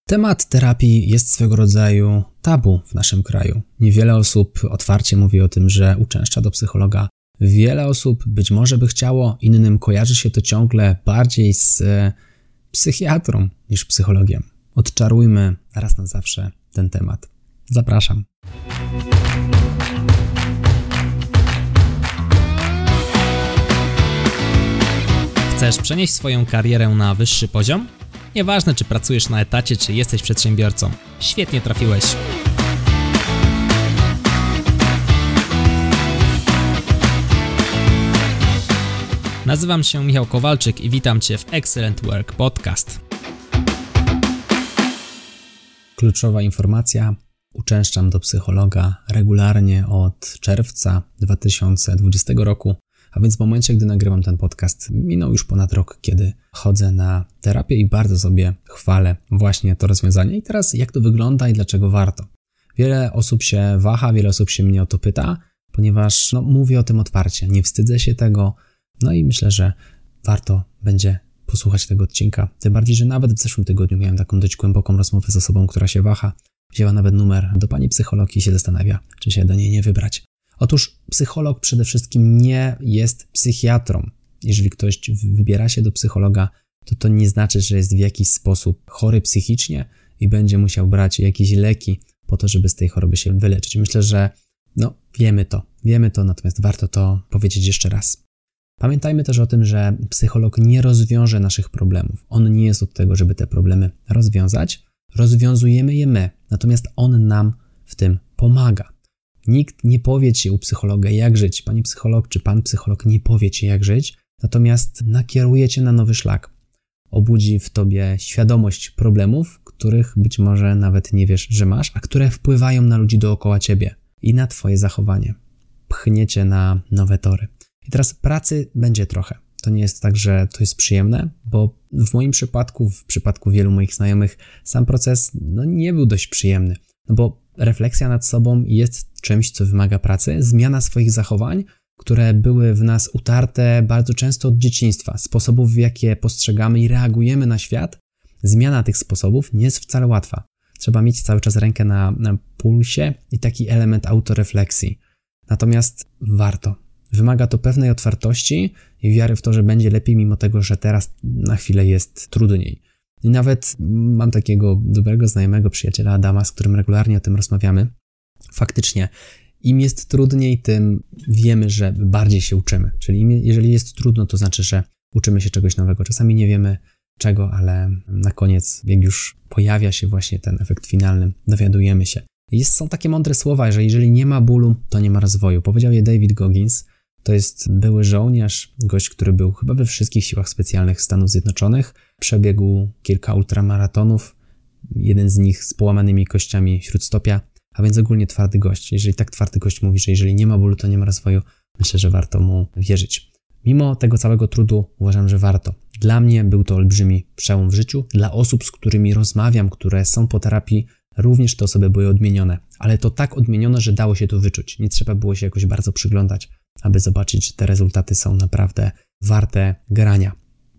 Temat terapii jest swego rodzaju tabu w naszym kraju. Niewiele osób otwarcie mówi o tym, że uczęszcza do psychologa. Wiele osób być może by chciało, innym kojarzy się to ciągle bardziej z psychiatrą niż psychologiem. Odczarujmy raz na zawsze ten temat. Zapraszam. Chcesz przenieść swoją karierę na wyższy poziom? Nieważne, czy pracujesz na etacie, czy jesteś przedsiębiorcą. Świetnie trafiłeś. Nazywam się Michał Kowalczyk i witam Cię w Excellent Work Podcast. Kluczowa informacja. Uczęszczam do psychologa regularnie od czerwca 2020 roku. A więc w momencie, gdy nagrywam ten podcast, minął już ponad rok, kiedy chodzę na terapię i bardzo sobie chwalę właśnie to rozwiązanie. I teraz jak to wygląda i dlaczego warto? Wiele osób się waha, wiele osób się mnie o to pyta, ponieważ mówię o tym otwarcie, nie wstydzę się tego, i myślę, że warto będzie posłuchać tego odcinka. Tym bardziej, że nawet w zeszłym tygodniu miałem taką dość głęboką rozmowę z osobą, która się waha, wzięła nawet numer do pani psycholog i się zastanawia, czy się do niej nie wybrać. Otóż psycholog przede wszystkim nie jest psychiatrą. Jeżeli ktoś wybiera się do psychologa, to nie znaczy, że jest w jakiś sposób chory psychicznie i będzie musiał brać jakieś leki po to, żeby z tej choroby się wyleczyć. Myślę, że wiemy to, natomiast warto to powiedzieć jeszcze raz. Pamiętajmy też o tym, że psycholog nie rozwiąże naszych problemów. On nie jest od tego, żeby te problemy rozwiązać. Rozwiązujemy je my, natomiast on nam w tym pomaga. Nikt nie powie Ci u psychologa, jak żyć. Pani psycholog czy pan psycholog nie powie Ci, jak żyć, natomiast nakieruje Cię na nowy szlak. Obudzi w Tobie świadomość problemów, których być może nawet nie wiesz, że masz, a które wpływają na ludzi dookoła Ciebie i na Twoje zachowanie. Pchnie Cię na nowe tory. I teraz pracy będzie trochę. To nie jest tak, że to jest przyjemne, bo w moim przypadku, w przypadku wielu moich znajomych, sam proces nie był dość przyjemny. Bo refleksja nad sobą jest czymś, co wymaga pracy, zmiana swoich zachowań, które były w nas utarte bardzo często od dzieciństwa, sposobów, w jakie postrzegamy i reagujemy na świat. Zmiana tych sposobów nie jest wcale łatwa. Trzeba mieć cały czas rękę na pulsie i taki element autorefleksji. Natomiast warto. Wymaga to pewnej otwartości i wiary w to, że będzie lepiej, mimo tego, że teraz na chwilę jest trudniej. I nawet mam takiego dobrego znajomego przyjaciela Adama, z którym regularnie o tym rozmawiamy. Faktycznie, im jest trudniej, tym wiemy, że bardziej się uczymy. Czyli jeżeli jest trudno, to znaczy, że uczymy się czegoś nowego. Czasami nie wiemy czego, ale na koniec, jak już pojawia się właśnie ten efekt finalny, dowiadujemy się. Są takie mądre słowa, że jeżeli nie ma bólu, to nie ma rozwoju. Powiedział je David Goggins. To jest były żołnierz, gość, który był chyba we wszystkich siłach specjalnych Stanów Zjednoczonych. Przebiegł kilka ultramaratonów, jeden z nich z połamanymi kościami śródstopia, a więc ogólnie twardy gość. Jeżeli tak twardy gość mówi, że jeżeli nie ma bólu, to nie ma rozwoju, myślę, że warto mu wierzyć. Mimo tego całego trudu uważam, że warto. Dla mnie był to olbrzymi przełom w życiu. Dla osób, z którymi rozmawiam, które są po terapii, również te osoby były odmienione. Ale to tak odmienione, że dało się to wyczuć. Nie trzeba było się jakoś bardzo przyglądać, aby zobaczyć, że te rezultaty są naprawdę warte grania.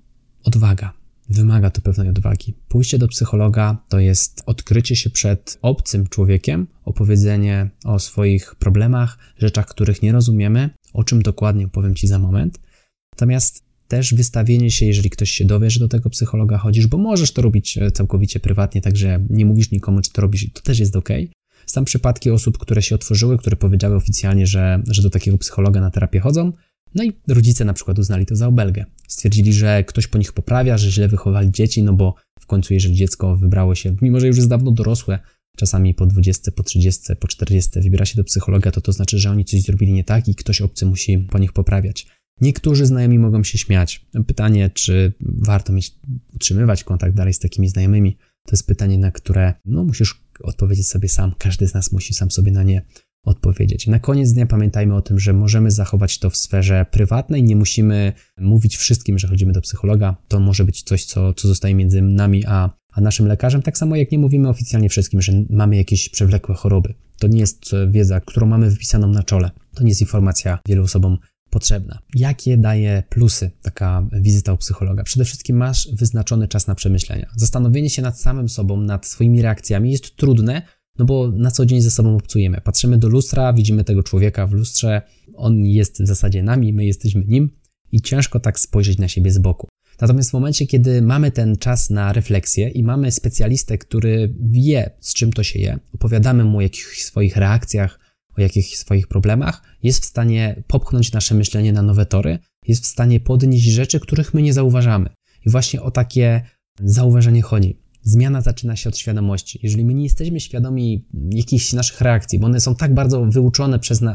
Odwaga. Wymaga to pewnej odwagi. Pójście do psychologa to jest odkrycie się przed obcym człowiekiem, opowiedzenie o swoich problemach, rzeczach, których nie rozumiemy, o czym dokładnie opowiem Ci za moment. Natomiast też wystawienie się, jeżeli ktoś się dowie, że do tego psychologa chodzisz, bo możesz to robić całkowicie prywatnie, także nie mówisz nikomu, czy to robisz i to też jest okej. Są przypadki osób, które się otworzyły, które powiedziały oficjalnie, że do takiego psychologa na terapię chodzą. I rodzice na przykład uznali to za obelgę. Stwierdzili, że ktoś po nich poprawia, że źle wychowali dzieci, bo w końcu jeżeli dziecko wybrało się, mimo że już jest dawno dorosłe, czasami po 20, po 30, po 40 wybiera się do psychologa, to znaczy, że oni coś zrobili nie tak i ktoś obcy musi po nich poprawiać. Niektórzy znajomi mogą się śmiać. Pytanie, czy warto utrzymywać kontakt dalej z takimi znajomymi, to jest pytanie, na które musisz odpowiedzieć sobie sam. Każdy z nas musi sam sobie na nie odpowiedzieć. Na koniec dnia pamiętajmy o tym, że możemy zachować to w sferze prywatnej, nie musimy mówić wszystkim, że chodzimy do psychologa. To może być coś, co zostaje między nami a naszym lekarzem, tak samo jak nie mówimy oficjalnie wszystkim, że mamy jakieś przewlekłe choroby. To nie jest wiedza, którą mamy wypisaną na czole. To nie jest informacja wielu osobom potrzebna. Jakie daje plusy taka wizyta u psychologa? Przede wszystkim masz wyznaczony czas na przemyślenia. Zastanowienie się nad samym sobą, nad swoimi reakcjami jest trudne, no bo na co dzień ze sobą obcujemy. Patrzymy do lustra, widzimy tego człowieka w lustrze, on jest w zasadzie nami, my jesteśmy nim i ciężko tak spojrzeć na siebie z boku. Natomiast w momencie, kiedy mamy ten czas na refleksję i mamy specjalistę, który wie, z czym to się je, opowiadamy mu o jakichś swoich reakcjach, o jakichś swoich problemach, jest w stanie popchnąć nasze myślenie na nowe tory, jest w stanie podnieść rzeczy, których my nie zauważamy. I właśnie o takie zauważenie chodzi. Zmiana zaczyna się od świadomości. Jeżeli my nie jesteśmy świadomi jakichś naszych reakcji, bo one są tak bardzo wyuczone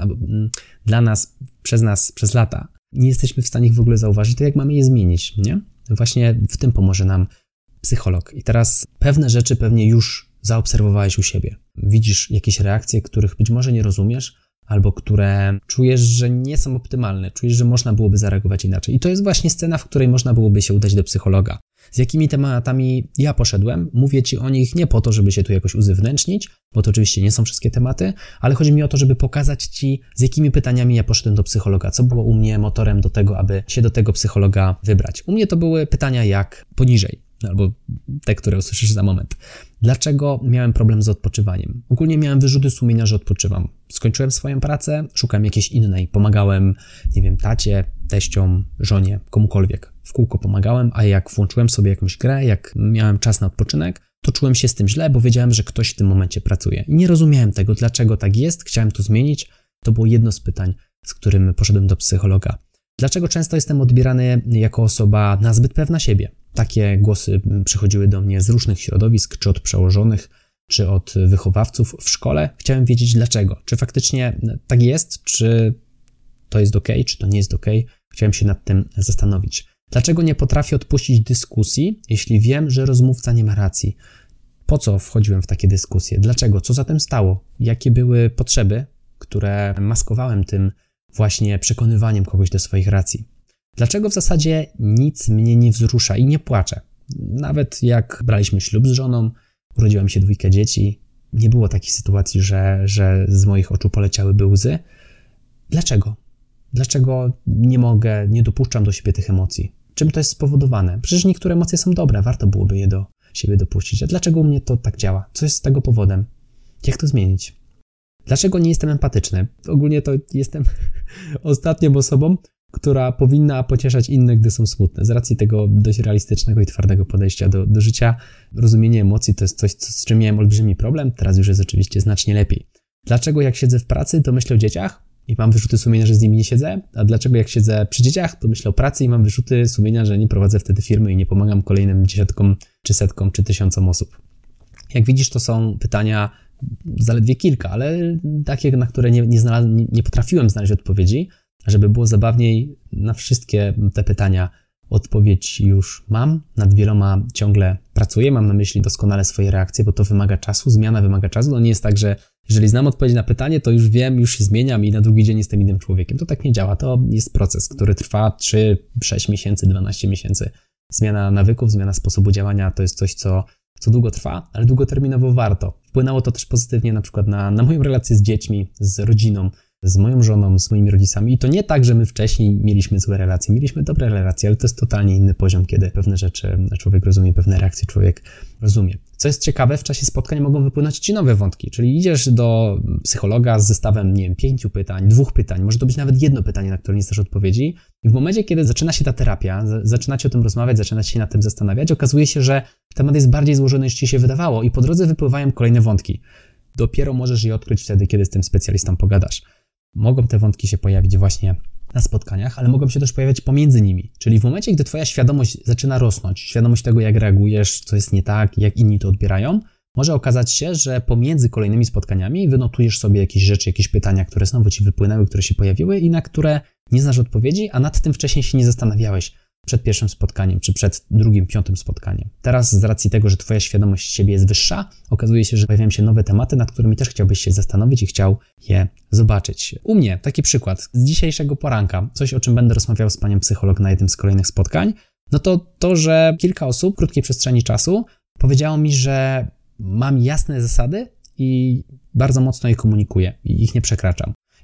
dla nas, przez lata, nie jesteśmy w stanie ich w ogóle zauważyć, to jak mamy je zmienić, nie? Właśnie w tym pomoże nam psycholog. I teraz pewne rzeczy pewnie już zaobserwowałeś u siebie. Widzisz jakieś reakcje, których być może nie rozumiesz, albo które czujesz, że nie są optymalne, czujesz, że można byłoby zareagować inaczej. I to jest właśnie scena, w której można byłoby się udać do psychologa. Z jakimi tematami ja poszedłem, mówię Ci o nich nie po to, żeby się tu jakoś uzewnętrznić, bo to oczywiście nie są wszystkie tematy, ale chodzi mi o to, żeby pokazać Ci, z jakimi pytaniami ja poszedłem do psychologa, co było u mnie motorem do tego, aby się do tego psychologa wybrać. U mnie to były pytania jak poniżej, albo te, które usłyszysz za moment. Dlaczego miałem problem z odpoczywaniem? Ogólnie miałem wyrzuty sumienia, że odpoczywam. Skończyłem swoją pracę, szukałem jakiejś innej. Pomagałem, tacie, teściom, żonie, komukolwiek. W kółko pomagałem, a jak włączyłem sobie jakąś grę, jak miałem czas na odpoczynek, to czułem się z tym źle, bo wiedziałem, że ktoś w tym momencie pracuje. I nie rozumiałem tego, dlaczego tak jest, chciałem to zmienić. To było jedno z pytań, z którym poszedłem do psychologa. Dlaczego często jestem odbierany jako osoba nazbyt pewna siebie? Takie głosy przychodziły do mnie z różnych środowisk, czy od przełożonych, czy od wychowawców w szkole. Chciałem wiedzieć dlaczego. Czy faktycznie tak jest, czy to jest okej, czy to nie jest okej. Chciałem się nad tym zastanowić. Dlaczego nie potrafię odpuścić dyskusji, jeśli wiem, że rozmówca nie ma racji? Po co wchodziłem w takie dyskusje? Dlaczego? Co za tym stało? Jakie były potrzeby, które maskowałem tym właśnie przekonywaniem kogoś do swoich racji? Dlaczego w zasadzie nic mnie nie wzrusza i nie płaczę? Nawet jak braliśmy ślub z żoną, urodziła mi się 2 dzieci, nie było takiej sytuacji, że z moich oczu poleciałyby łzy. Dlaczego? Dlaczego nie dopuszczam do siebie tych emocji? Czym to jest spowodowane? Przecież niektóre emocje są dobre, warto byłoby je do siebie dopuścić. A dlaczego u mnie to tak działa? Co jest tego powodem? Jak to zmienić? Dlaczego nie jestem empatyczny? Ogólnie to jestem ostatnią osobą, która powinna pocieszać innych, gdy są smutne. Z racji tego dość realistycznego i twardego podejścia do życia, rozumienie emocji to jest coś, z czym miałem olbrzymi problem, teraz już jest oczywiście znacznie lepiej. Dlaczego jak siedzę w pracy, to myślę o dzieciach i mam wyrzuty sumienia, że z nimi nie siedzę? A dlaczego jak siedzę przy dzieciach, to myślę o pracy i mam wyrzuty sumienia, że nie prowadzę wtedy firmy i nie pomagam kolejnym dziesiątkom, czy setkom, czy tysiącom osób? Jak widzisz, to są pytania zaledwie kilka, ale takie, na które nie potrafiłem znaleźć odpowiedzi. Żeby było zabawniej, na wszystkie te pytania odpowiedź już mam, nad wieloma ciągle pracuję, mam na myśli doskonale swoje reakcje, bo to wymaga czasu, zmiana wymaga czasu. To nie jest tak, że jeżeli znam odpowiedź na pytanie, to już wiem, już się zmieniam i na drugi dzień jestem innym człowiekiem. To tak nie działa, to jest proces, który trwa 3, 6 miesięcy, 12 miesięcy. Zmiana nawyków, zmiana sposobu działania to jest coś, co długo trwa, ale długoterminowo warto. Wpłynęło to też pozytywnie na przykład na moją relację z dziećmi, z rodziną, z moją żoną, z moimi rodzicami. I to nie tak, że my wcześniej mieliśmy złe relacje. Mieliśmy dobre relacje, ale to jest totalnie inny poziom, kiedy pewne rzeczy człowiek rozumie, pewne reakcje człowiek rozumie. Co jest ciekawe, w czasie spotkań mogą wypłynąć Ci nowe wątki, czyli idziesz do psychologa z zestawem, 5 pytań, 2 pytań, może to być nawet jedno pytanie, na które nie znasz odpowiedzi. I w momencie, kiedy zaczyna się ta terapia, zaczynacie o tym rozmawiać, zaczynacie się nad tym zastanawiać, okazuje się, że temat jest bardziej złożony, niż Ci się wydawało i po drodze wypływają kolejne wątki. Dopiero możesz je odkryć wtedy, kiedy z tym specjalistą pogadasz. Mogą te wątki się pojawić właśnie na spotkaniach, ale mogą się też pojawiać pomiędzy nimi. Czyli w momencie, gdy Twoja świadomość zaczyna rosnąć, świadomość tego, jak reagujesz, co jest nie tak, jak inni to odbierają, może okazać się, że pomiędzy kolejnymi spotkaniami wynotujesz sobie jakieś rzeczy, jakieś pytania, które znowu Ci wypłynęły, które się pojawiły i na które nie znasz odpowiedzi, a nad tym wcześniej się nie zastanawiałeś przed pierwszym spotkaniem, czy przed drugim, 5 spotkaniem. Teraz z racji tego, że Twoja świadomość siebie jest wyższa, okazuje się, że pojawiają się nowe tematy, nad którymi też chciałbyś się zastanowić i chciał je zobaczyć. U mnie taki przykład z dzisiejszego poranka, coś o czym będę rozmawiał z panią psycholog na jednym z kolejnych spotkań, no to, że kilka osób w krótkiej przestrzeni czasu powiedziało mi, że mam jasne zasady i bardzo mocno je komunikuję i ich nie przekraczam.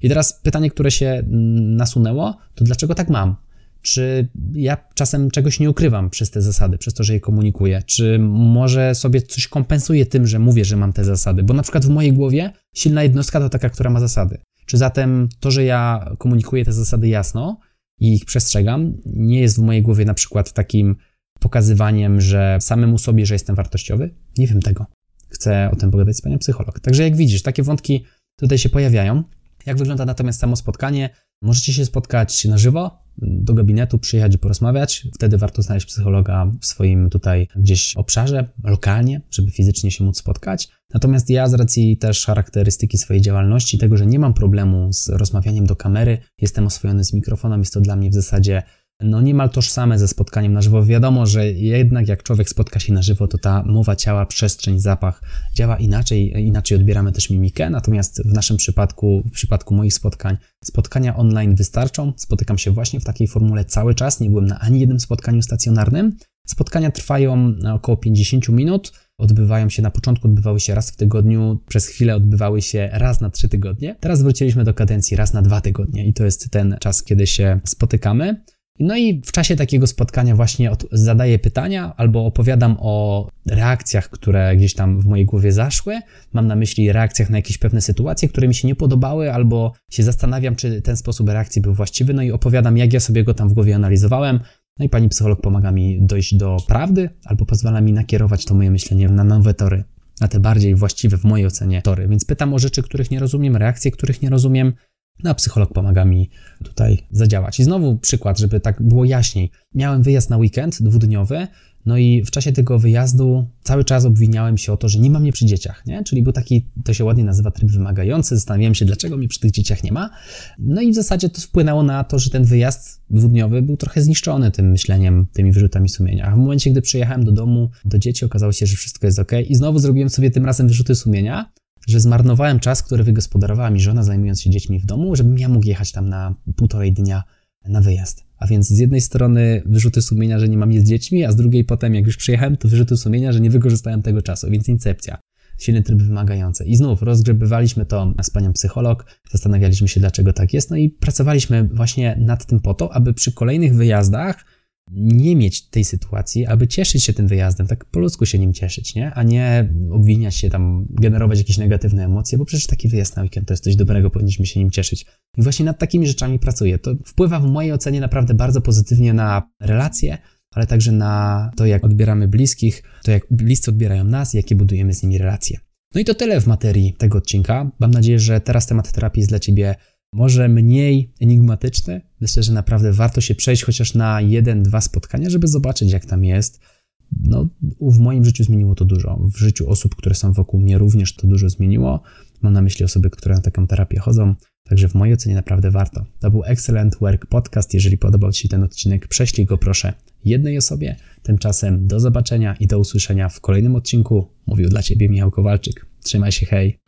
I teraz pytanie, które się nasunęło, to dlaczego tak mam? Czy ja czasem czegoś nie ukrywam przez te zasady, przez to, że je komunikuję? Czy może sobie coś kompensuję tym, że mówię, że mam te zasady? Bo na przykład w mojej głowie silna jednostka to taka, która ma zasady. Czy zatem to, że ja komunikuję te zasady jasno i ich przestrzegam, nie jest w mojej głowie na przykład takim pokazywaniem, że samemu sobie, że jestem wartościowy? Nie wiem tego. Chcę o tym pogadać z panią psycholog. Także jak widzisz, takie wątki tutaj się pojawiają. Jak wygląda natomiast samo spotkanie? Możecie się spotkać na żywo, do gabinetu przyjechać i porozmawiać. Wtedy warto znaleźć psychologa w swoim tutaj gdzieś obszarze, lokalnie, żeby fizycznie się móc spotkać. Natomiast ja z racji też charakterystyki swojej działalności, tego, że nie mam problemu z rozmawianiem do kamery, jestem oswojony z mikrofonem, jest to dla mnie w zasadzie niemal tożsame ze spotkaniem na żywo. Wiadomo, że jednak jak człowiek spotka się na żywo, to ta mowa ciała, przestrzeń, zapach działa inaczej odbieramy też mimikę, natomiast w naszym przypadku, w przypadku moich spotkań, spotkania online wystarczą. Spotykam się właśnie w takiej formule cały czas, nie byłem na ani jednym spotkaniu stacjonarnym. Spotkania trwają około 50 minut, na początku odbywały się raz w tygodniu, przez chwilę odbywały się raz na 3 tygodnie. Teraz wróciliśmy do kadencji raz na 2 tygodnie i to jest ten czas, kiedy się spotykamy. No i w czasie takiego spotkania właśnie zadaję pytania albo opowiadam o reakcjach, które gdzieś tam w mojej głowie zaszły. Mam na myśli reakcjach na jakieś pewne sytuacje, które mi się nie podobały, albo się zastanawiam, czy ten sposób reakcji był właściwy. No i opowiadam, jak ja sobie go tam w głowie analizowałem. No i pani psycholog pomaga mi dojść do prawdy albo pozwala mi nakierować to moje myślenie na nowe tory, na te bardziej właściwe w mojej ocenie tory. Więc pytam o rzeczy, których nie rozumiem, reakcje, których nie rozumiem. No a psycholog pomaga mi tutaj zadziałać. I znowu przykład, żeby tak było jaśniej. Miałem wyjazd na weekend 2-dniowy, no i w czasie tego wyjazdu cały czas obwiniałem się o to, że nie ma mnie przy dzieciach, nie? Czyli był taki, to się ładnie nazywa tryb wymagający, zastanawiałem się, dlaczego mnie przy tych dzieciach nie ma. No i w zasadzie to wpłynęło na to, że ten wyjazd 2-dniowy był trochę zniszczony tym myśleniem, tymi wyrzutami sumienia. A w momencie, gdy przyjechałem do domu, do dzieci, okazało się, że wszystko jest okej. I znowu zrobiłem sobie tym razem wyrzuty sumienia, że zmarnowałem czas, który wygospodarowała mi żona, zajmując się dziećmi w domu, żebym ja mógł jechać tam na 1,5 dnia na wyjazd. A więc z jednej strony wyrzuty sumienia, że nie mam je z dziećmi, a z drugiej potem, jak już przyjechałem, to wyrzuty sumienia, że nie wykorzystałem tego czasu, więc incepcja. Silny tryb wymagający. I znów rozgrzebywaliśmy to z panią psycholog, zastanawialiśmy się, dlaczego tak jest, no i pracowaliśmy właśnie nad tym po to, aby przy kolejnych wyjazdach nie mieć tej sytuacji, aby cieszyć się tym wyjazdem, tak po ludzku się nim cieszyć, nie? A nie obwiniać się tam, generować jakieś negatywne emocje, bo przecież taki wyjazd na weekend to jest coś dobrego, powinniśmy się nim cieszyć. I właśnie nad takimi rzeczami pracuję. To wpływa w mojej ocenie naprawdę bardzo pozytywnie na relacje, ale także na to, jak odbieramy bliskich, to jak bliscy odbierają nas, jakie budujemy z nimi relacje. No i to tyle w materii tego odcinka. Mam nadzieję, że teraz temat terapii jest dla Ciebie może mniej enigmatyczny. Myślę, że naprawdę warto się przejść chociaż na 1-2 spotkania, żeby zobaczyć, jak tam jest. No, w moim życiu zmieniło to dużo. W życiu osób, które są wokół mnie, również to dużo zmieniło. Mam na myśli osoby, które na taką terapię chodzą. Także w mojej ocenie naprawdę warto. To był Excellent Work Podcast. Jeżeli podobał Ci się ten odcinek, prześlij go proszę jednej osobie. Tymczasem do zobaczenia i do usłyszenia w kolejnym odcinku. Mówił dla Ciebie Michał Kowalczyk. Trzymaj się, hej!